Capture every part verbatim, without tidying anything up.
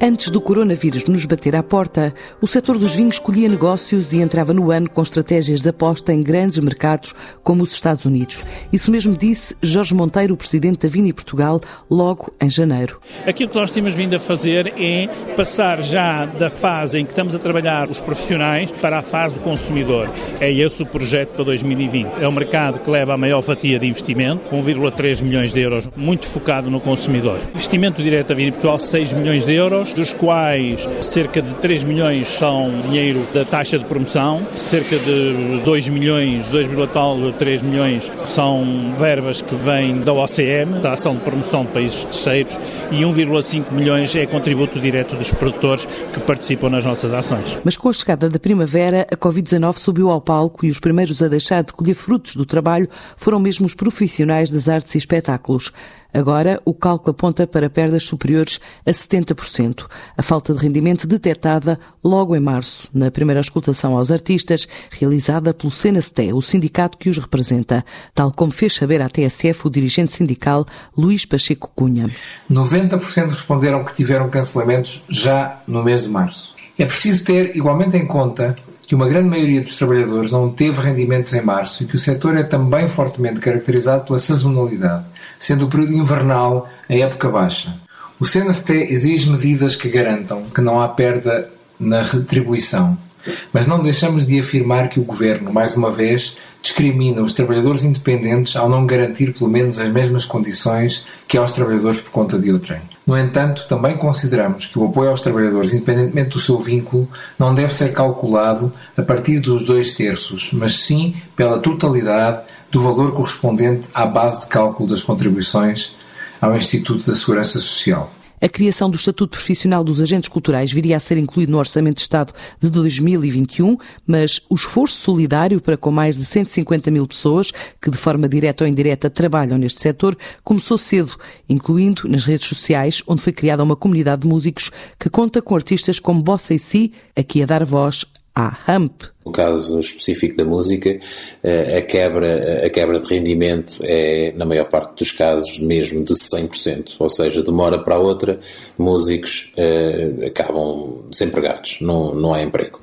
Antes do coronavírus nos bater à porta, o setor dos vinhos colhia negócios e entrava no ano com estratégias de aposta em grandes mercados como os Estados Unidos. Isso mesmo disse Jorge Monteiro, o presidente da Vini Portugal, logo em janeiro. Aquilo que nós temos vindo a fazer é passar já da fase em que estamos a trabalhar os profissionais para a fase do consumidor. É esse o projeto para dois mil e vinte. É um mercado que leva a maior fatia de investimento, um vírgula três milhões de euros, muito focado no consumidor. Investimento direto da Vini Portugal, seis milhões de euros, dos quais cerca de três milhões são dinheiro da taxa de promoção, cerca de dois milhões, dois vírgula três milhões são verbas que vêm da O C M, da Ação de Promoção de Países Terceiros, e um vírgula cinco milhões é contributo direto dos produtores que participam nas nossas ações. Mas com a chegada da primavera, a covid dezanove subiu ao palco e os primeiros a deixar de colher frutos do trabalho foram mesmo os profissionais das artes e espetáculos. Agora, o cálculo aponta para perdas superiores a setenta por cento. A falta de rendimento detectada logo em março, na primeira escutação aos artistas, realizada pelo Senasté, o sindicato que os representa, tal como fez saber à T S F o dirigente sindical Luís Pacheco Cunha. noventa por cento responderam que tiveram cancelamentos já no mês de março. É preciso ter igualmente em conta que uma grande maioria dos trabalhadores não teve rendimentos em março e que o setor é também fortemente caracterizado pela sazonalidade, sendo o período invernal a época baixa. O Senasté exige medidas que garantam que não há perda na retribuição, mas não deixamos de afirmar que o Governo, mais uma vez, discrimina os trabalhadores independentes ao não garantir pelo menos as mesmas condições que aos trabalhadores por conta de outrem. No entanto, também consideramos que o apoio aos trabalhadores, independentemente do seu vínculo, não deve ser calculado a partir dos dois terços, mas sim pela totalidade do valor correspondente à base de cálculo das contribuições ao Instituto da Segurança Social. A criação do Estatuto Profissional dos Agentes Culturais viria a ser incluído no Orçamento de Estado de dois mil e vinte e um, mas o esforço solidário para com mais de cento e cinquenta mil pessoas que de forma direta ou indireta trabalham neste setor começou cedo, incluindo nas redes sociais, onde foi criada uma comunidade de músicos que conta com artistas como Bossa e Si, aqui a dar voz à Hump. No caso específico da música, a quebra, a quebra de rendimento é, na maior parte dos casos, mesmo de cem por cento. Ou seja, de uma hora para a outra, músicos uh, acabam desempregados, não, não há emprego.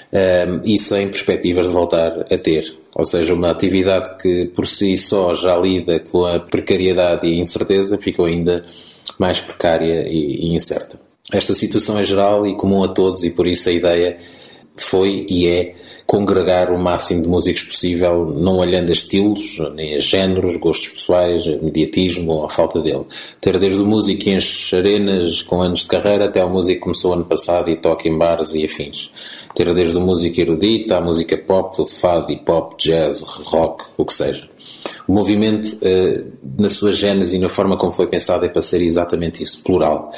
Um, e sem perspectivas de voltar a ter. Ou seja, uma atividade que por si só já lida com a precariedade e a incerteza, ficou ainda mais precária e, e incerta. Esta situação é geral e comum a todos, e por isso a ideia foi e é congregar o máximo de músicos possível, não olhando a estilos, nem a géneros, gostos pessoais, mediatismo ou a falta dele. Ter desde o músico que enche arenas com anos de carreira até ao músico que começou ano passado e toca em bares e afins. Ter desde o músico erudito à música pop, fado, hip-hop, jazz, rock, o que seja. O movimento, na sua gênese e na forma como foi pensado, é para ser exatamente isso, plural,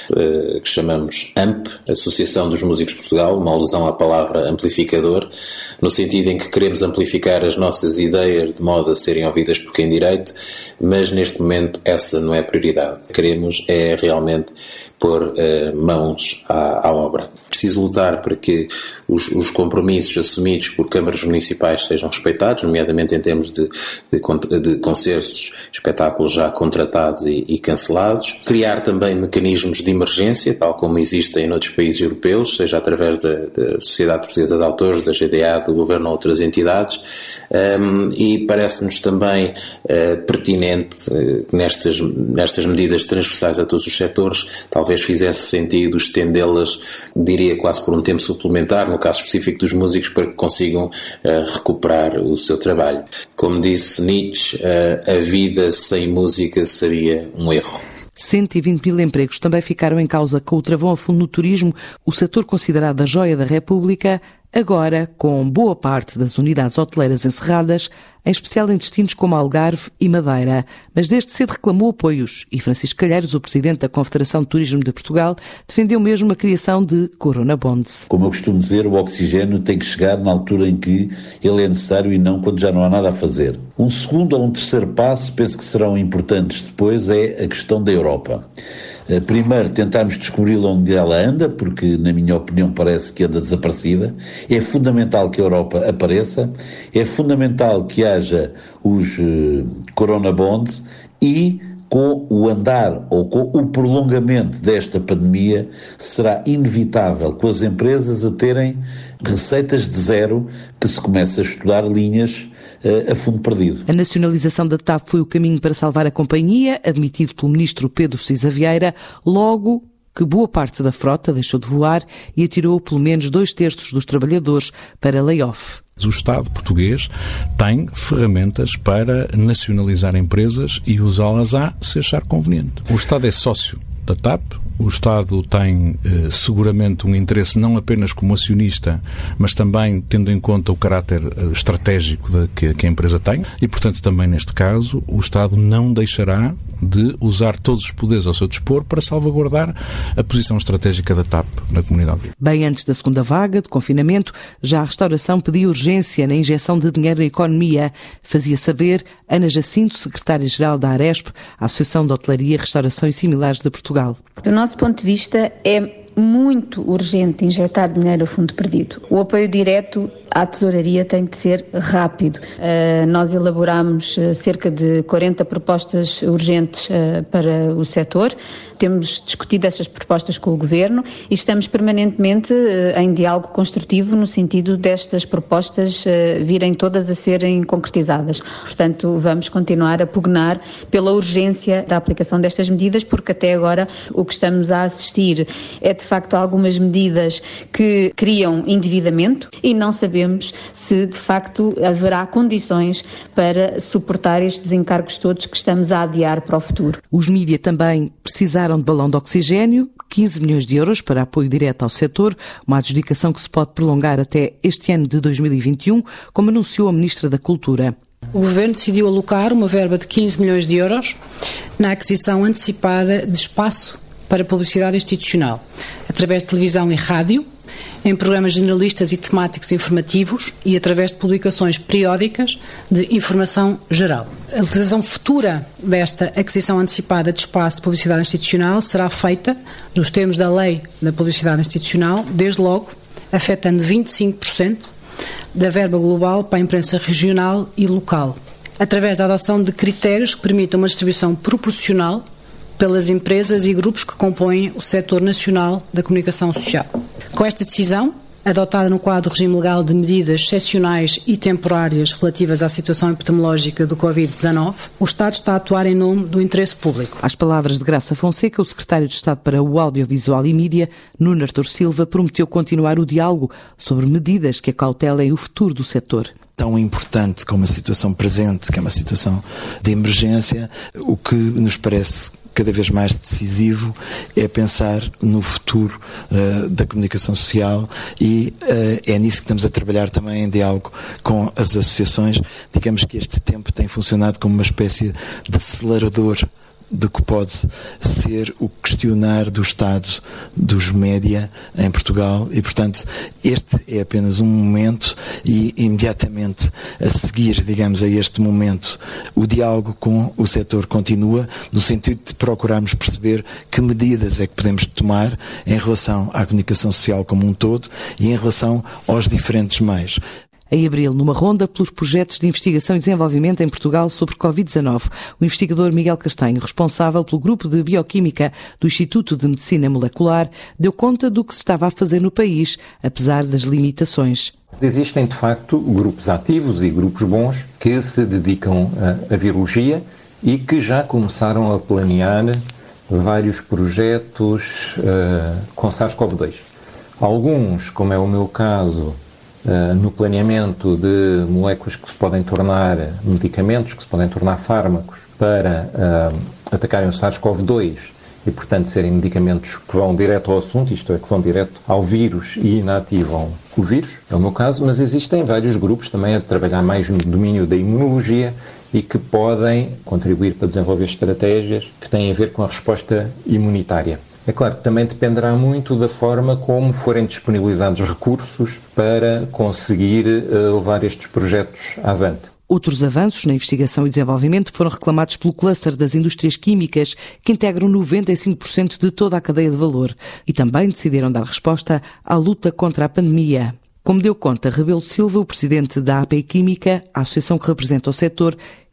que chamamos A M P, Associação dos Músicos de Portugal, uma alusão à palavra amplificador, no sentido em que queremos amplificar as nossas ideias de modo a serem ouvidas por quem direito, mas neste momento essa não é a prioridade. Queremos é realmente pôr uh, mãos à, à obra. Preciso lutar para que os, os compromissos assumidos por câmaras municipais sejam respeitados, nomeadamente em termos de, de, de concertos, espetáculos já contratados e, e cancelados. Criar também mecanismos de emergência, tal como existem em outros países europeus, seja através da, da Sociedade Portuguesa de Autores, da G D A, do Governo ou outras entidades. Um, e parece-nos também uh, pertinente uh, nestas, nestas medidas transversais a todos os setores, talvez fizesse sentido estendê-las, diria quase por um tempo suplementar, no caso específico dos músicos, para que consigam uh, recuperar o seu trabalho. Como disse Nietzsche, uh, a vida sem música seria um erro. cento e vinte mil empregos também ficaram em causa com o travão a fundo no turismo, o setor considerado a joia da República, agora com boa parte das unidades hoteleiras encerradas, em especial em destinos como Algarve e Madeira. Mas desde cedo reclamou apoios e Francisco Calheiros, o presidente da Confederação de Turismo de Portugal, defendeu mesmo a criação de Corona Bonds. Como eu costumo dizer, o oxigênio tem que chegar na altura em que ele é necessário e não quando já não há nada a fazer. Um segundo ou um terceiro passo, penso que serão importantes depois, é a questão da Europa. Primeiro, tentarmos descobrir onde ela anda, porque, na minha opinião, parece que anda desaparecida. É fundamental que a Europa apareça, é fundamental que haja os uh, Corona Bonds e com o andar ou com o prolongamento desta pandemia, será inevitável com as empresas a terem receitas de zero, que se começa a estudar linhas uh, a fundo perdido. A nacionalização da TAP foi o caminho para salvar a companhia, admitido pelo ministro Pedro Cisa Vieira, logo que boa parte da frota deixou de voar e atirou pelo menos dois terços dos trabalhadores para layoff. O Estado português tem ferramentas para nacionalizar empresas e usá-las a se achar conveniente. O Estado é sócio da TAP. O Estado tem eh, seguramente um interesse não apenas como acionista, mas também tendo em conta o caráter eh, estratégico de, que, que a empresa tem e, portanto, também neste caso, o Estado não deixará de usar todos os poderes ao seu dispor para salvaguardar a posição estratégica da TAP na comunidade. Bem antes da segunda vaga de confinamento, já a restauração pedia urgência na injeção de dinheiro na economia. Fazia saber Ana Jacinto, secretária-geral da Aresp, a Associação de Hotelaria, Restauração e Similares de Portugal. Do nosso ponto de vista, é muito urgente injetar dinheiro a fundo perdido. O apoio direto à tesouraria tem de ser rápido. Uh, nós elaboramos uh, cerca de quarenta propostas urgentes uh, para o setor. Temos discutido essas propostas com o Governo e estamos permanentemente uh, em diálogo construtivo no sentido destas propostas uh, virem todas a serem concretizadas. Portanto, vamos continuar a pugnar pela urgência da aplicação destas medidas, porque até agora o que estamos a assistir é de facto algumas medidas que criam endividamento e não sabemos se de facto haverá condições para suportar estes encargos todos que estamos a adiar para o futuro. Os mídia também precisaram de balão de oxigênio, quinze milhões de euros para apoio direto ao setor, uma adjudicação que se pode prolongar até este ano de dois mil e vinte e um, como anunciou a Ministra da Cultura. O Governo decidiu alocar uma verba de quinze milhões de euros na aquisição antecipada de espaço para publicidade institucional, através de televisão e rádio, em programas generalistas e temáticos informativos e através de publicações periódicas de informação geral. A utilização futura desta aquisição antecipada de espaço de publicidade institucional será feita nos termos da Lei da Publicidade Institucional, desde logo afetando vinte e cinco por cento da verba global para a imprensa regional e local, através da adoção de critérios que permitam uma distribuição proporcional pelas empresas e grupos que compõem o setor nacional da comunicação social. Com esta decisão, adotada no quadro do regime legal de medidas excepcionais e temporárias relativas à situação epidemiológica do covid dezanove, o Estado está a atuar em nome do interesse público. Às palavras de Graça Fonseca, o secretário de Estado para o Audiovisual e Mídia, Nuno Artur Silva, prometeu continuar o diálogo sobre medidas que acautelem o futuro do setor. Tão importante como a situação presente, que é uma situação de emergência, o que nos parece cada vez mais decisivo é pensar no futuro uh, da comunicação social e uh, é nisso que estamos a trabalhar também em diálogo com as associações. Digamos que este tempo tem funcionado como uma espécie de acelerador do que pode ser o questionar do Estado dos média em Portugal e, portanto, este é apenas um momento e, imediatamente a seguir, digamos, a este momento, o diálogo com o setor continua no sentido de procurarmos perceber que medidas é que podemos tomar em relação à comunicação social como um todo e em relação aos diferentes meios. Em abril, numa ronda pelos projetos de investigação e desenvolvimento em Portugal sobre covid dezanove, o investigador Miguel Castanho, responsável pelo grupo de bioquímica do Instituto de Medicina Molecular, deu conta do que se estava a fazer no país, apesar das limitações. Existem, de facto, grupos ativos e grupos bons que se dedicam à virologia e que já começaram a planear vários projetos uh, com SARS-CoV dois. Alguns, como é o meu caso, Uh, no planeamento de moléculas que se podem tornar medicamentos, que se podem tornar fármacos para uh, atacarem o SARS-CoV dois e, portanto, serem medicamentos que vão direto ao assunto, isto é, que vão direto ao vírus e inativam o vírus, é o meu caso, mas existem vários grupos também a trabalhar mais no domínio da imunologia e que podem contribuir para desenvolver estratégias que têm a ver com a resposta imunitária. É claro que também dependerá muito da forma como forem disponibilizados recursos para conseguir uh, levar estes projetos avante. Outros avanços na investigação e desenvolvimento foram reclamados pelo cluster das indústrias químicas, que integram noventa e cinco por cento de toda a cadeia de valor, e também decidiram dar resposta à luta contra a pandemia. Como deu conta Rebelo Silva, o presidente da A P I Química, a associação que representa o setor,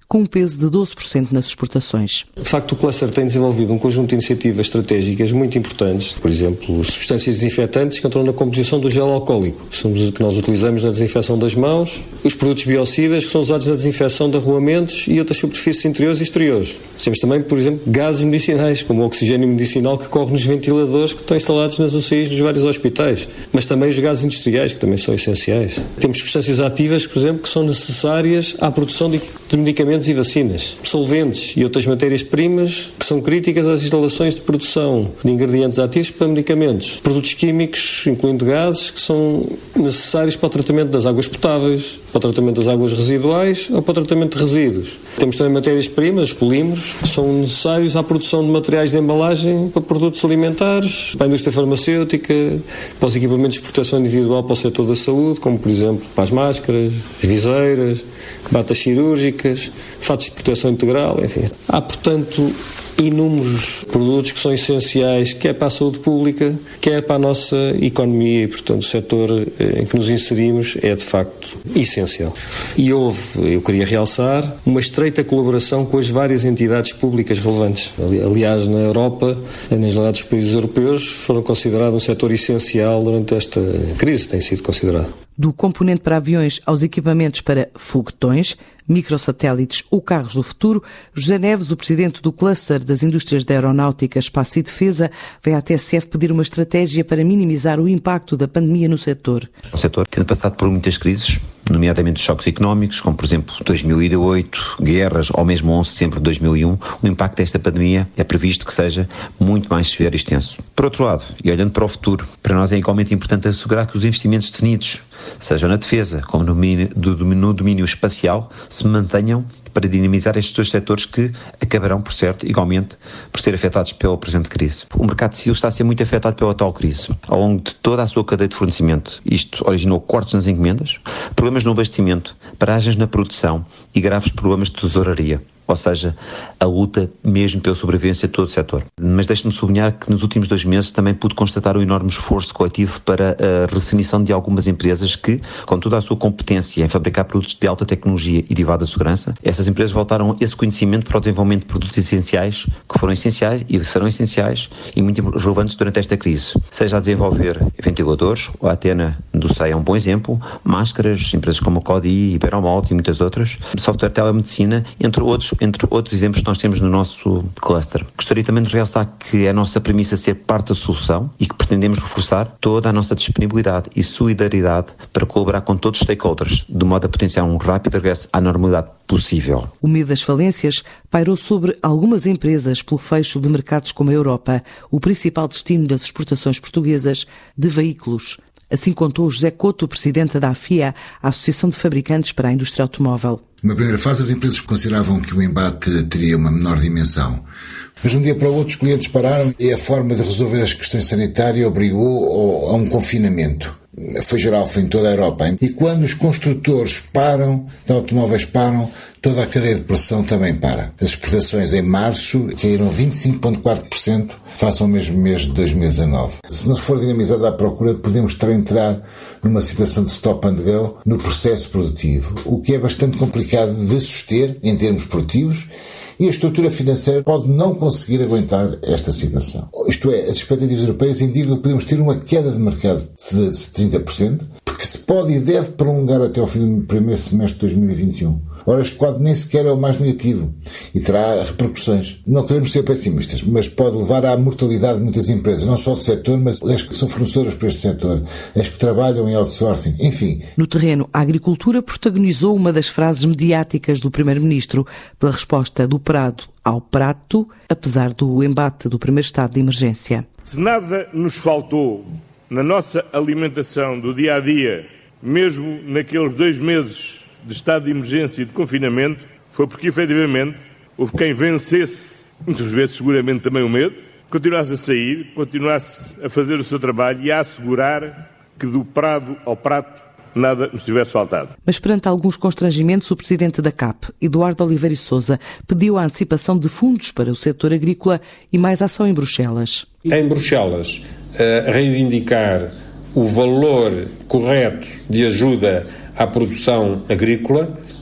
com um peso de doze por cento nas exportações. De facto, o cluster tem desenvolvido um conjunto de iniciativas estratégicas muito importantes, por exemplo, substâncias desinfetantes que entram na composição do gel alcoólico, que nós utilizamos na desinfecção das mãos, os produtos biocidas que são usados na desinfecção de arruamentos e outras superfícies interiores e exteriores. Temos também, por exemplo, gases medicinais, como o oxigênio medicinal que corre nos ventiladores que estão instalados nas U C Is dos vários hospitais, mas também os gases industriais, que também são essenciais. Temos substâncias ativas, por exemplo, que são necessárias à produção de medicamentos e vacinas, solventes e outras matérias-primas que são críticas às instalações de produção de ingredientes ativos para medicamentos, produtos químicos, incluindo gases, que são necessários para o tratamento das águas potáveis, para o tratamento das águas residuais ou para o tratamento de resíduos. Temos também matérias-primas, polímeros, que são necessários à produção de materiais de embalagem para produtos alimentares, para a indústria farmacêutica, para os equipamentos de proteção individual para o setor da saúde, como por exemplo para as máscaras, viseiras, batas cirúrgicas, fatos de proteção integral, enfim. Há, portanto, inúmeros produtos que são essenciais, quer para a saúde pública, quer para a nossa economia e, portanto, o setor em que nos inserimos é, de facto, essencial. E houve, eu queria realçar, uma estreita colaboração com as várias entidades públicas relevantes. Aliás, na Europa, na generalidade dos países europeus, foram considerados um setor essencial durante esta crise, tem sido considerado. Do componente para aviões aos equipamentos para foguetões, microsatélites ou carros do futuro, José Neves, o presidente do cluster das indústrias da aeronáutica, espaço e defesa, vai à T S F pedir uma estratégia para minimizar o impacto da pandemia no setor. O setor tem passado por muitas crises, nomeadamente choques económicos, como por exemplo dois mil e oito, guerras ou mesmo onze de setembro de dois mil e um, o impacto desta pandemia é previsto que seja muito mais severo e extenso. Por outro lado, e olhando para o futuro, para nós é igualmente importante assegurar que os investimentos definidos, seja na defesa como no domínio, no domínio espacial, se mantenham para dinamizar estes dois setores que acabarão, por certo, igualmente, por ser afetados pela presente crise. O mercado civil está a ser muito afetado pela atual crise. Ao longo de toda a sua cadeia de fornecimento, isto originou cortes nas encomendas, problemas no abastecimento, paragens na produção e graves problemas de tesouraria. Ou seja, a luta mesmo pela sobrevivência de todo o setor. Mas deixe-me sublinhar que nos últimos dois meses também pude constatar um enorme esforço coletivo para a redefinição de algumas empresas que, com toda a sua competência em fabricar produtos de alta tecnologia e derivada de segurança, essas empresas voltaram esse conhecimento para o desenvolvimento de produtos essenciais, que foram essenciais e serão essenciais e muito relevantes durante esta crise. Seja a desenvolver ventiladores, a Atena do S E I é um bom exemplo, máscaras, empresas como a Codi, Iberomalt e muitas outras, software telemedicina, entre outros entre outros exemplos que nós temos no nosso cluster. Gostaria também de realçar que é a nossa premissa ser parte da solução e que pretendemos reforçar toda a nossa disponibilidade e solidariedade para colaborar com todos os stakeholders, de modo a potenciar um rápido regresso à normalidade possível. O medo das falências pairou sobre algumas empresas pelo fecho de mercados como a Europa, o principal destino das exportações portuguesas de veículos. Assim contou José Couto, presidente da A F I A, a Associação de Fabricantes para a Indústria Automóvel. Numa primeira fase, as empresas consideravam que o embate teria uma menor dimensão. Mas de um dia para o outro, os clientes pararam e a forma de resolver as questões sanitárias obrigou a um confinamento. Foi geral, foi em toda a Europa. E quando os construtores param, de automóveis param, toda a cadeia de produção também para. As exportações em março caíram vinte e cinco vírgula quatro por cento face ao mesmo mês de dois mil e dezanove. Se não for dinamizada a procura, podemos estar a entrar numa situação de stop and go no processo produtivo, o que é bastante complicado de suster em termos produtivos, e a estrutura financeira pode não conseguir aguentar esta situação. Isto é, as expectativas europeias indicam que podemos ter uma queda de mercado de trinta por cento, que se pode e deve prolongar até ao fim do primeiro semestre de dois mil e vinte e um. Ora, este quadro nem sequer é o mais negativo e terá repercussões. Não queremos ser pessimistas, mas pode levar à mortalidade de muitas empresas, não só do setor, mas as que são fornecedoras para este setor, as que trabalham em outsourcing, enfim. No terreno, a agricultura protagonizou uma das frases mediáticas do Primeiro-Ministro pela resposta do prado ao prato, apesar do embate do primeiro estado de emergência. Se nada nos faltou na nossa alimentação do dia-a-dia, mesmo naqueles dois meses de estado de emergência e de confinamento, foi porque, efetivamente, houve quem vencesse, muitas vezes seguramente também o medo, continuasse a sair, continuasse a fazer o seu trabalho e a assegurar que do prado ao prato nada nos tivesse faltado. Mas perante alguns constrangimentos, o presidente da C A P, Eduardo Oliveira e Sousa, pediu a antecipação de fundos para o setor agrícola e mais ação em Bruxelas. Em Bruxelas, a reivindicar o valor correto de ajuda à produção agrícola,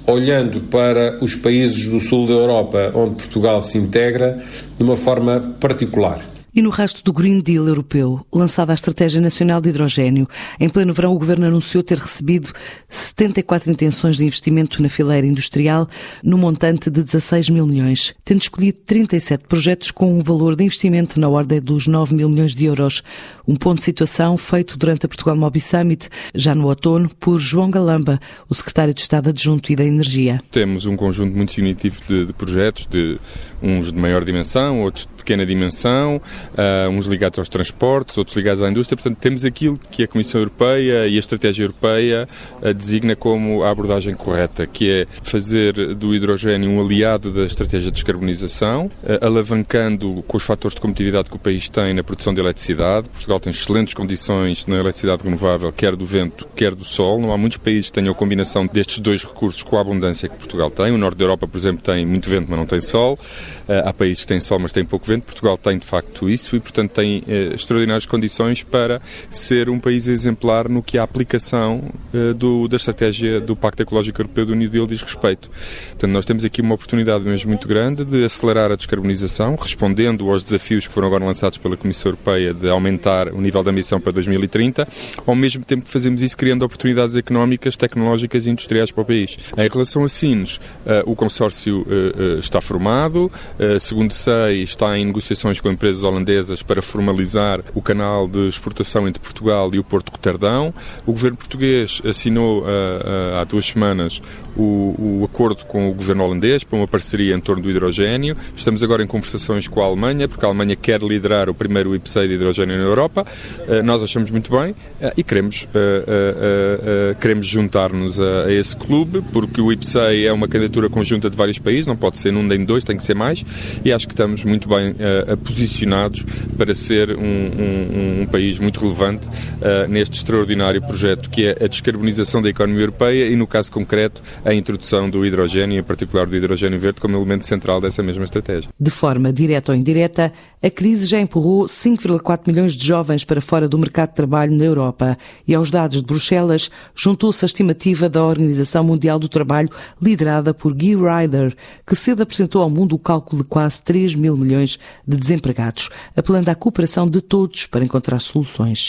olhando para os países do sul da Europa, onde Portugal se integra, de uma forma particular. E no resto do Green Deal europeu, lançada a Estratégia Nacional de Hidrogénio, em pleno verão o Governo anunciou ter recebido setenta e quatro intenções de investimento na fileira industrial, no montante de dezasseis mil milhões, tendo escolhido trinta e sete projetos com um valor de investimento na ordem dos nove mil milhões de euros. Um ponto de situação feito durante a Portugal Mobi Summit, já no outono, por João Galamba, o Secretário de Estado Adjunto e da Energia. Temos um conjunto muito significativo de, de projetos, de, uns de maior dimensão, outros de pequena dimensão, Uh, uns ligados aos transportes, outros ligados à indústria. Portanto, temos aquilo que a Comissão Europeia e a Estratégia Europeia uh, designa como a abordagem correta, que é fazer do hidrogênio um aliado da estratégia de descarbonização, uh, alavancando com os fatores de competitividade que o país tem na produção de eletricidade. Portugal tem excelentes condições na eletricidade renovável, quer do vento, quer do sol. Não há muitos países que tenham a combinação destes dois recursos com a abundância que Portugal tem. O norte da Europa, por exemplo, tem muito vento, mas não tem sol. Uh, há países que têm sol, mas têm pouco vento. Portugal tem, de facto, isso. E, portanto, tem eh, extraordinárias condições para ser um país exemplar no que a aplicação eh, do, da estratégia do Pacto Ecológico Europeu do New Deal diz respeito. Portanto, nós temos aqui uma oportunidade mesmo muito grande de acelerar a descarbonização, respondendo aos desafios que foram agora lançados pela Comissão Europeia de aumentar o nível de ambição para dois mil e trinta, ao mesmo tempo que fazemos isso criando oportunidades económicas, tecnológicas e industriais para o país. Em relação a Sines, eh, o consórcio eh, eh, está formado, eh, segundo sei, está em negociações com empresas holandesas para formalizar o canal de exportação entre Portugal e o Porto de Roterdão. O governo português assinou uh, uh, há duas semanas o, o acordo com o governo holandês para uma parceria em torno do hidrogénio. Estamos agora em conversações com a Alemanha, porque a Alemanha quer liderar o primeiro I P C E de hidrogénio na Europa. Uh, nós achamos muito bem uh, e queremos, uh, uh, uh, uh, queremos juntar-nos a, a esse clube, porque o I P C E é uma candidatura conjunta de vários países, não pode ser num nem dois, tem que ser mais, e acho que estamos muito bem uh, posicionados para ser um, um, um país muito relevante uh, neste extraordinário projeto que é a descarbonização da economia europeia e, no caso concreto, a introdução do hidrogénio, em particular do hidrogénio verde, como elemento central dessa mesma estratégia. De forma direta ou indireta, a crise já empurrou cinco vírgula quatro milhões de jovens para fora do mercado de trabalho na Europa e aos dados de Bruxelas juntou-se a estimativa da Organização Mundial do Trabalho, liderada por Guy Ryder, que cedo apresentou ao mundo o cálculo de quase três mil milhões de desempregados, apelando à cooperação de todos para encontrar soluções.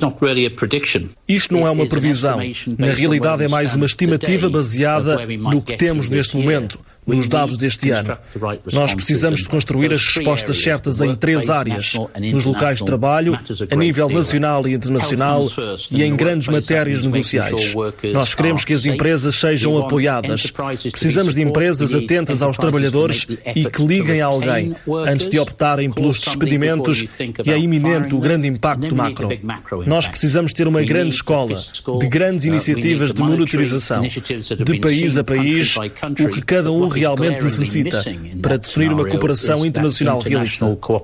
Isto não é uma previsão. Na realidade, é mais uma estimativa baseada no que temos neste momento, nos dados deste ano. Nós precisamos de construir as respostas certas em três áreas: nos locais de trabalho, a nível nacional e internacional e em grandes matérias negociais. Nós queremos que as empresas sejam apoiadas. Precisamos de empresas atentas aos trabalhadores e que liguem a alguém antes de optarem pelos despedimentos e é iminente o grande impacto macro. Nós precisamos ter uma grande escola de grandes iniciativas de monitorização, de país a país, o que cada um realmente necessita para definir uma cooperação internacional realista.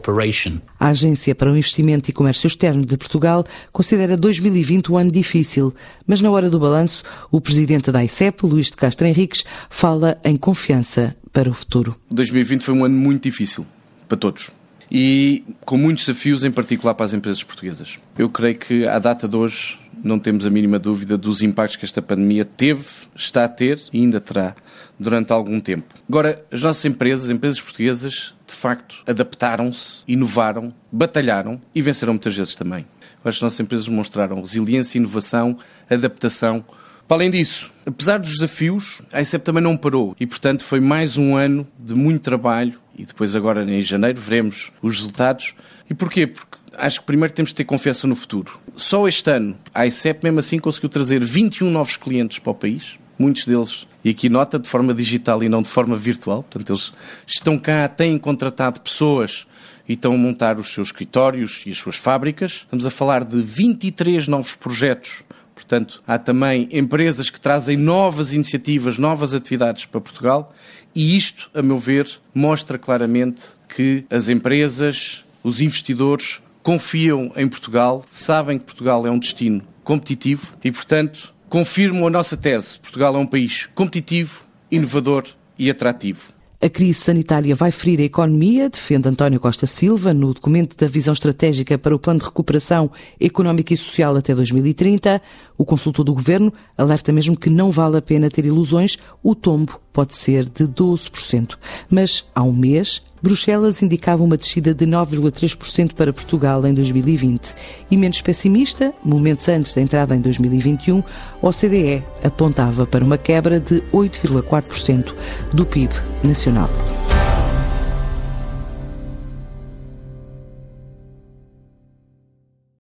A Agência para o Investimento e Comércio Externo de Portugal considera dois mil e vinte um ano difícil, mas na hora do balanço, o presidente da AICEP, Luís de Castro Henriques, fala em confiança para o futuro. dois mil e vinte foi um ano muito difícil para todos e com muitos desafios, em particular para as empresas portuguesas. Eu creio que à data de hoje não temos a mínima dúvida dos impactos que esta pandemia teve, está a ter e ainda terá durante algum tempo. Agora, as nossas empresas, as empresas portuguesas, de facto, adaptaram-se, inovaram, batalharam e venceram muitas vezes também. As nossas empresas demonstraram resiliência, inovação, adaptação. Para além disso, apesar dos desafios, a AICEP também não parou e, portanto, foi mais um ano de muito trabalho e depois agora, em janeiro, veremos os resultados. E porquê? Porque acho que primeiro temos de ter confiança no futuro. Só este ano, a AICEP, mesmo assim, conseguiu trazer vinte e um novos clientes para o país, muitos deles, e aqui nota, de forma digital e não de forma virtual. Portanto, eles estão cá, têm contratado pessoas e estão a montar os seus escritórios e as suas fábricas. Estamos a falar de vinte e três novos projetos. Portanto, há também empresas que trazem novas iniciativas, novas atividades para Portugal e isto, a meu ver, mostra claramente que as empresas, os investidores, confiam em Portugal, sabem que Portugal é um destino competitivo e, portanto, confirmam a nossa tese. Portugal é um país competitivo, inovador e atrativo. A crise sanitária vai ferir a economia, defende António Costa Silva no documento da Visão Estratégica para o Plano de Recuperação Económica e Social até dois mil e trinta. O consultor do Governo alerta mesmo que não vale a pena ter ilusões, o tombo pode ser de doze por cento. Mas, há um mês, Bruxelas indicava uma descida de nove vírgula três por cento para Portugal em dois mil e vinte. E menos pessimista, momentos antes da entrada em dois mil e vinte e um, a O C D E apontava para uma quebra de oito vírgula quatro por cento do P I B nacional.